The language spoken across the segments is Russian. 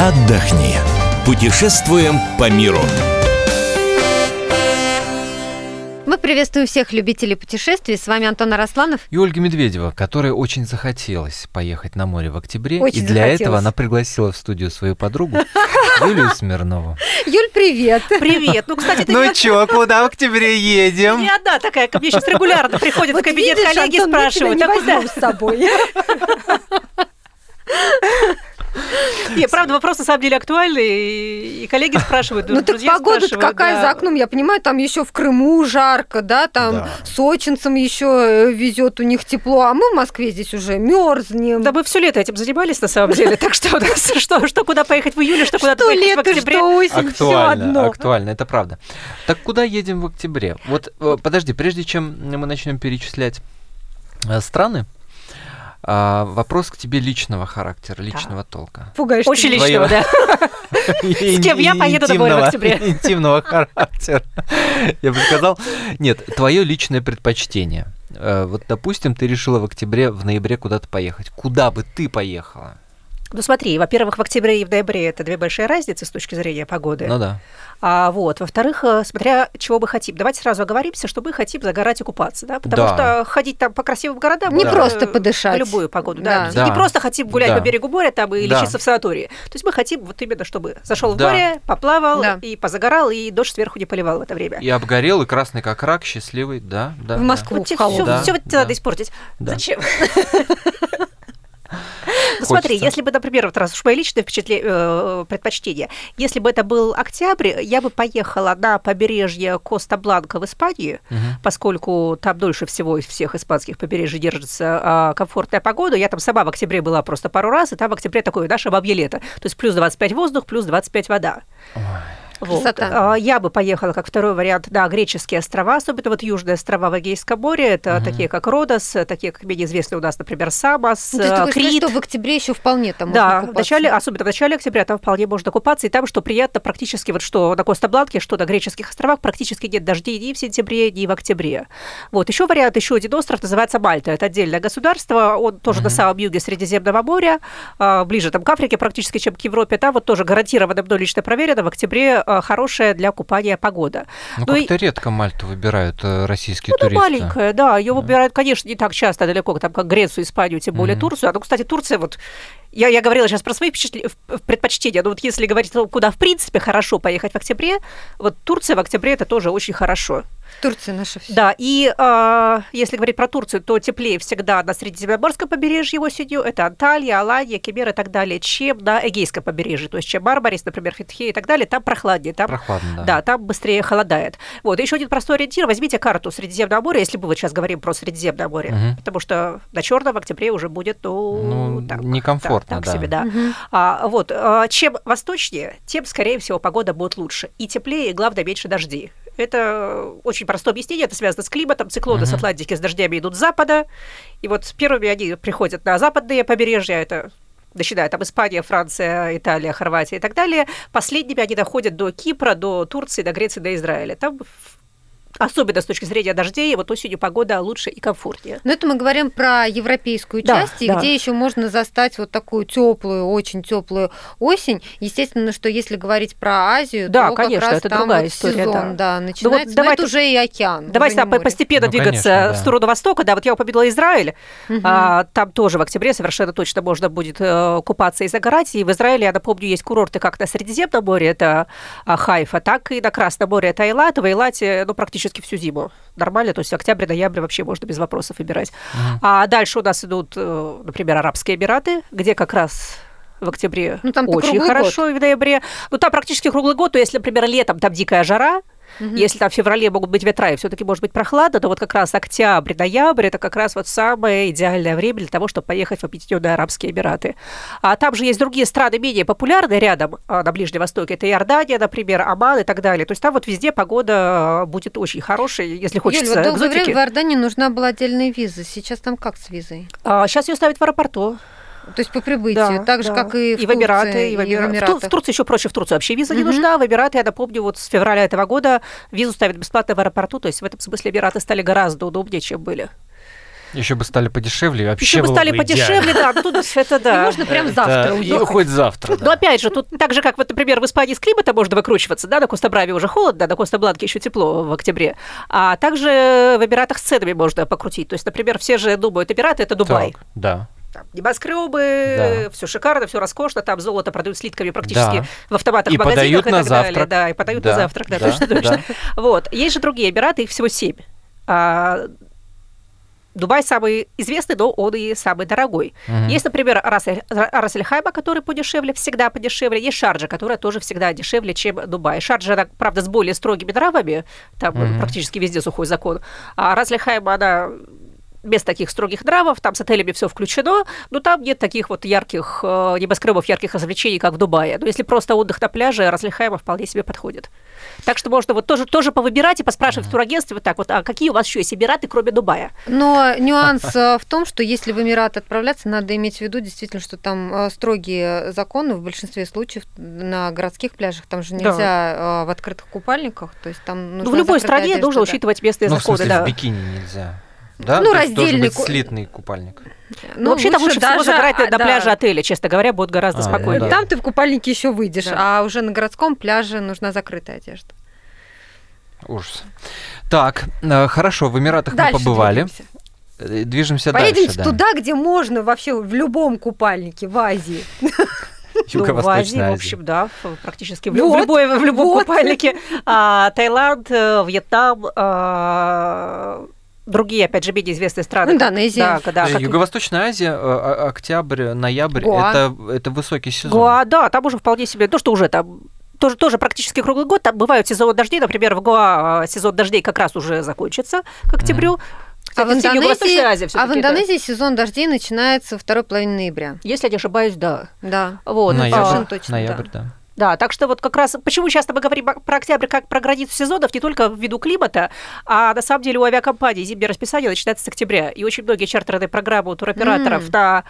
отдохни. Путешествуем по миру. Мы приветствуем всех любителей путешествий. С вами Антон Арасланов и Ольга Медведева, которой очень захотелось поехать на море в октябре. Очень и для захотелось. этого она пригласила в студию свою подругу Юлию Смирнову. Юль, привет! Привет. Ну, кстати, Ну чё, куда в октябре едем? не одна такая, ко мне сейчас регулярно приходят в кабинет видишь, коллеги и Антон, мы спрашивают, тебя а не куда? возьмем с собой. Нет, правда, вопрос на самом деле актуальный, и коллеги спрашивают, Ну так друзья погода-то спрашивают, какая да. за окном, я понимаю, там еще в Крыму жарко, да, там Да. сочинцам еще везет у них тепло, а мы в Москве здесь уже мерзнем. Да мы все лето этим занимались, на самом деле, так что у нас что куда поехать в июле, что куда что поехать в лето, октябре. что осень, все одно. Актуально, это правда. Так куда едем в октябре? Вот, подожди, прежде чем мы начнем перечислять страны, вопрос к тебе личного характера, личного толка. Пугаешь Очень ты. личного, да. С кем я поеду на море в октябре? Интимного характера. Я бы сказал, нет, твое личное предпочтение. Вот, допустим, ты решила в октябре, в ноябре куда-то поехать. Куда бы ты поехала? Ну смотри, во-первых, в октябре и в ноябре это две большие разницы с точки зрения погоды. Ну да. Во-вторых, смотря чего мы хотим. Давайте сразу оговоримся, что мы хотим загорать и купаться, да? Потому что ходить там по красивым городам Не можно просто подышать. в любую погоду, Да. да. Не просто хотим гулять Да. по берегу моря там и Да. лечиться в санатории. То есть мы хотим вот именно, чтобы зашел в Да. море, поплавал Да. и позагорал, и дождь сверху не поливал в это время. И обгорел, и красный как рак, счастливый, да. В Москву. Вот в холод. Да. все это Да. надо испортить. Да. Зачем? Ну, смотри, Хочется. если бы, например, вот раз уж мои личные предпочтения, если бы это был октябрь, я бы поехала на побережье Коста-Бланка в Испании, поскольку там дольше всего из всех испанских побережий держится комфортная погода. Я там сама в октябре была просто пару раз, и там в октябре такое наше бабье лето. То есть плюс 25 воздух, плюс 25 вода. Вот. Красота. Я бы поехала, как второй вариант, на греческие острова, особенно вот южные острова в Эгейском море. Это такие, как Родос, такие, как менее известные у нас, например, Самос, Ну, то есть ты хочешь сказать, Крит. что в октябре еще вполне там Да, можно в купаться? начале, особенно в начале октября там вполне можно купаться, и там, что приятно, практически вот что на Коста-Бланке, что на греческих островах практически нет дождей ни в сентябре, ни в октябре. Вот, еще вариант, еще один остров называется Мальта, это отдельное государство, он тоже на самом юге Средиземного моря, ближе там к Африке практически, чем к Европе, там вот тоже гарантированно, мной лично проверено, в октябре хорошая для купания погода. Ну, Ну, как-то редко Мальту выбирают российские Ну, туристы. маленькая, да, ее выбирают, конечно, не так часто далеко, там, как Грецию, Испанию, тем более Турцию. Ну, кстати, Турция, вот, я говорила сейчас про свои предпочтения, но вот если говорить, куда, в принципе, хорошо поехать в октябре, вот Турция в октябре это тоже очень хорошо. Турция наша все. Да, и если говорить про Турцию, то теплее всегда на Средиземноморском побережье осенью, это Анталия, Аланья, Кемер и так далее, чем на Эгейском побережье, то есть чем Мармарис, например, Фетхе и так далее, там прохладнее, там, Прохладно, да. да, там быстрее холодает. Вот, и еще один простой ориентир, возьмите карту Средиземного моря, если мы вот сейчас говорим про Средиземное море, потому что на Черном в октябре уже будет, так, некомфортно, так да. себе, да. Чем восточнее, тем, скорее всего, погода будет лучше, и теплее, и, главное, меньше дождей. Это очень простое объяснение, это связано с климатом. Циклоны с Атлантики с дождями идут с запада, и вот первыми они приходят на западные побережья, это начиная там Испания, Франция, Италия, Хорватия и так далее. Последними они доходят до Кипра, до Турции, до Греции, до Израиля. Там особенно с точки зрения дождей, вот осенью погода лучше и комфортнее. Но это мы говорим про европейскую Да, часть, и да. где еще можно застать вот такую теплую, очень теплую осень. Естественно, что если говорить про Азию, Да, то конечно, как раз это там другая вот история, сезон, да. начинается, но давай это тут- уже и океан. Давайте уже не море. постепенно Ну, двигаться конечно, да. в сторону востока. Да, вот я упомянула Израиль. Там тоже в октябре совершенно точно можно будет купаться и загорать. И в Израиле, я напомню, есть курорты как на Средиземном море, это Хайфа, так и на Красном море, это Эйлат. В Эйлате практически всю зиму. Нормально, то есть октябрь, ноябрь вообще можно без вопросов выбирать. А дальше у нас идут, например, Арабские Эмираты, где как раз в октябре Ну, там-то очень круглый хорошо, и в ноябре. Ну, там практически круглый год, то если, например, летом там дикая жара, если там в феврале могут быть ветра и все-таки может быть прохладно, то вот как раз октябрь, ноябрь это как раз вот самое идеальное время для того, чтобы поехать в Объединенные Арабские Эмираты. А там же есть другие страны менее популярные рядом на Ближнем Востоке. Это Иордания, например, Оман и так далее. То есть там вот везде погода будет очень хорошая, если хочется Юль, вот долгое экзотики. время в Иордании нужна была отдельная виза. Сейчас там как с визой? Сейчас ее ставят в аэропорту. То есть по прибытию, Да, так же, да. как и в Эмираты, Турции, и в Эмиратах. В Турции еще проще, в Турции вообще виза не нужна. В Эмираты, я напомню, вот с февраля этого года визу ставят бесплатно в аэропорту, то есть в этом смысле Эмираты стали гораздо удобнее, чем были. Еще бы стали подешевле, вообще Еще бы было стали бы подешевле, да, ну, тут это да. Можно прям завтра И уехать. хоть завтра, Но опять же, тут так же, как, вот, например, в Испании с климата можно выкручиваться, да, на Коста-Браве уже холодно, на Коста-Бланке еще тепло в октябре, а также в Эмиратах с ценами можно покрутить. То есть, например, все же думают, Эмираты – это Дубай. Так, да. Там небоскребы, Да. все шикарно, все роскошно, там золото продают слитками практически Да. в автоматах И в магазинах подают на так далее. завтрак. Да, и подают Да, на завтрак, да, да, точно. да. Вот. Есть же другие Эмираты, их всего 7. Дубай самый известный, но он и самый дорогой. Есть, например, Рас-эль-Хайма, который подешевле, всегда подешевле. Есть Шарджа, которая тоже всегда дешевле, чем Дубай. Шарджа, она, правда, с более строгими нравами, там практически везде сухой закон. А Рас-эль-Хайма, она без таких строгих нравов, там с отелями все включено, но там нет таких вот ярких небоскребов, ярких развлечений, как в Дубае. Но если просто отдых на пляже, Рас-эль-Хайма вполне себе подходит. Так что можно вот тоже повыбирать и поспрашивать в турагентстве вот так вот, а какие у вас еще есть Эмираты, кроме Дубая? Но нюанс в том, что если в Эмираты отправляться, надо иметь в виду действительно, что там строгие законы в большинстве случаев на городских пляжах. Там же нельзя в открытых купальниках, то есть там нужна Ну, в любой закрытая стране одежда, нужно да. учитывать местные Ну, в законы, смысле, да. в бикини нельзя. Да? Ну, То есть должен раздельный быть слитный купальник. Ну, вообще-то лучше всего даже, загорать на да. пляже отеля, честно говоря, будет гораздо спокойнее. да. Там ты в купальнике еще выйдешь, Да. а уже на городском пляже нужна закрытая одежда. Ужас. Так, хорошо, в Эмиратах Дальше мы побывали. двигаемся. Движемся Поедем дальше, да. туда, где можно вообще в любом купальнике, в Азии. Ну, в Азии, Юго-Восточная в Азия. общем, да, практически в Вот, любом вот. купальнике. Таиланд, Вьетнам, другие, опять же, менее известные страны. Индонезия. Да, Подожди, как- Юго-Восточная Азия, октябрь, ноябрь, Гоа. это высокий сезон. Гоа, да, там уже вполне себе, то, что уже там тоже практически круглый год. Там бывают сезоны дождей. Например, в Гоа сезон дождей как раз уже закончится к октябрю. А в Кстати, Юго-Восточная Азия Индонезии, всё-таки, да. Индонезии сезон дождей начинается второй половины ноября. Если я не ошибаюсь, да. Да. Вот. Совершенно точно, ноябрь, да. Да, так что вот как раз, почему часто мы говорим про октябрь как про границу сезонов, не только ввиду климата, а на самом деле у авиакомпаний зимнее расписание начинается с октября. И очень многие чартерные программы у туроператоров на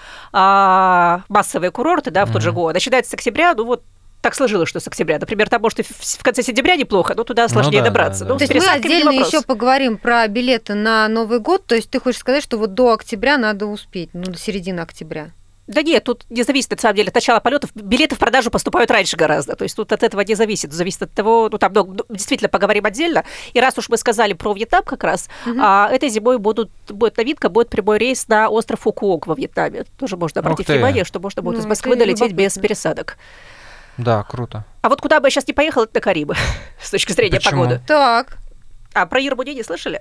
массовые курорты, да, в тот же Гоа, начинаются с октября, ну вот так сложилось, что с октября. Например, там, может, и в конце сентября неплохо, но туда сложнее да, добраться. да, Ну, да. с То есть мы пересадками не отдельно вопрос. еще поговорим про билеты на Новый год. То есть ты хочешь сказать, что вот до октября надо успеть, ну, до середины октября. Да нет, тут не зависит, на самом деле, от начала полетов. Билеты в продажу поступают раньше гораздо. То есть тут от этого не зависит. Зависит от того, ну там действительно поговорим отдельно. И раз уж мы сказали про Вьетнам как раз, этой зимой будет новинка, будет прямой рейс на остров Фукуок во Вьетнаме. Тоже можно обратить ты. внимание, что можно будет Ну, из Москвы это долететь без любопытно. пересадок. Да, круто. А вот куда бы я сейчас не поехала, это на Карибы, с точки зрения Почему? погоды. Так. А про Ермуне не слышали?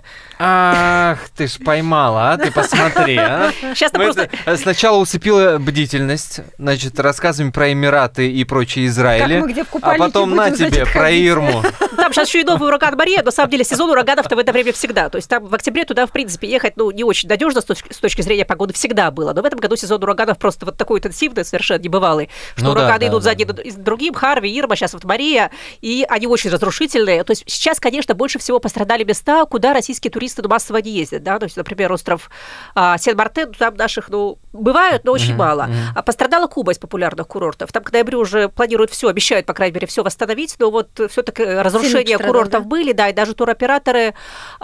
Ах, ты ж поймала, а? Ты посмотри, а? Сейчас Мы просто... сначала усыпила бдительность, значит, рассказываем про Эмираты и прочие Израили, Как мы где в а купальнике потом на будем, тебе значит, про ходить? Ирму. Там сейчас еще и новый ураган Мария, но на самом деле сезон ураганов-то в это время всегда. То есть там в октябре туда, в принципе, ехать, ну, не очень надежно с точки зрения погоды всегда было. Но в этом году сезон ураганов просто вот такой интенсивный, совершенно небывалый, что Ну да, ураганы да, идут да. за один другим, Харви, Ирма, сейчас вот Мария, и они очень разрушительные. То есть сейчас, конечно, больше всего пострадали места, куда российские туристы массово не ездят, да, то есть, например, остров Сен-Мартен, там наших, ну, бывают, но очень мало. А пострадала Куба из популярных курортов. Там к ноябрю уже планируют все, обещают, по крайней мере, все восстановить, но вот все-таки разрушения пострадал, курортов да? были, да, и даже туроператоры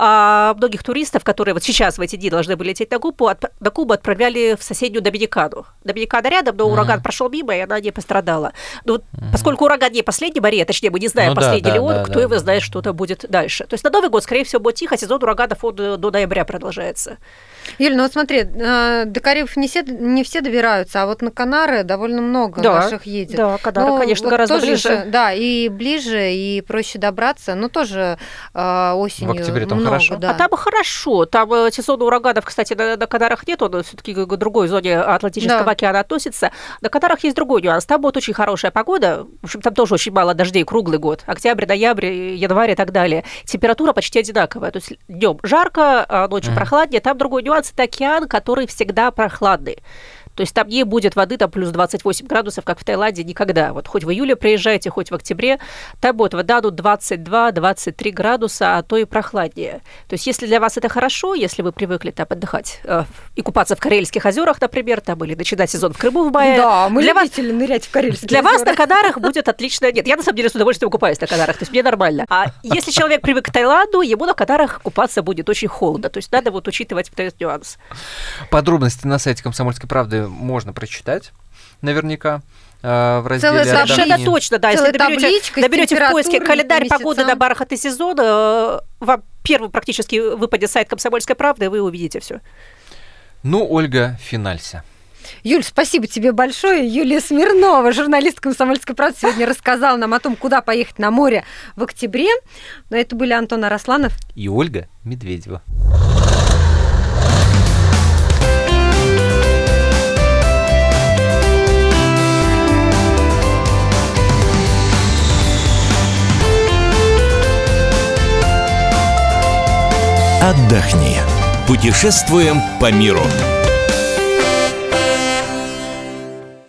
многих туристов, которые вот сейчас в эти дни должны были лететь на Кубу отправляли в соседнюю Доминикану. Доминикана рядом, но ураган прошел мимо, и она не пострадала. Но вот, поскольку ураган не последний, Мария, точнее, мы не знаем, Ну да, последний да, ли он, да, кто да, его да. знает, что там будет дальше. То есть на Новый год, скорее всего, будет тихо, сезон ураганов он до ноября продолжается. Юль, ну вот смотри, до Карибов не все добираются, а вот на Канары довольно много наших едет. Да, Канары, Ну, конечно, вот гораздо тоже ближе. же, да, и ближе, и проще добраться, но тоже осенью В октябре там много, хорошо? да. А там хорошо. Там сезона ураганов, кстати, на Канарах нет, он все-таки к другой зоне Атлантического Да. океана относится. На Канарах есть другой нюанс. Там будет очень хорошая погода. В общем, там тоже очень мало дождей круглый год. Октябрь, ноябрь, январь и так далее. Температура почти одинаковая. То есть днем жарко, а ночью прохладнее. Там другой нюанс – это океан, который всегда прохладный. То есть там не будет воды там плюс 28 градусов, как в Таиланде, никогда. Вот хоть в июле приезжаете, хоть в октябре, там будет вода 22-23 градуса, а то и прохладнее. То есть если для вас это хорошо, если вы привыкли там отдыхать и купаться в Карельских озерах, например, там, или начинать сезон в Крыму в мае. Да, мы любители нырять в Карельские Для озера. вас на Канарах будет отлично. Нет, я на самом деле с удовольствием купаюсь на Канарах, то есть мне нормально. А если человек привык к Таиланду, ему на Канарах купаться будет очень холодно. То есть надо вот учитывать вот этот нюанс. Подробности на сайте «Комсомольской правды» можно прочитать, наверняка, в разделе Целая табличка. Совершенно «Отдохни». точно, да. Если Целая табличка с наберете в поиске температурами календарь по погоды месяцам. на бархатный сезон, вам первый практически выпадет сайт «Комсомольской правды», и вы увидите все. Ну, Ольга, финалься. Юль, спасибо тебе большое. Юлия Смирнова, журналист «Комсомольской правды», сегодня рассказала нам о том, куда поехать на море в октябре. Но это были Антон Арасланов И Ольга Медведева. Отдохни. Путешествуем по миру.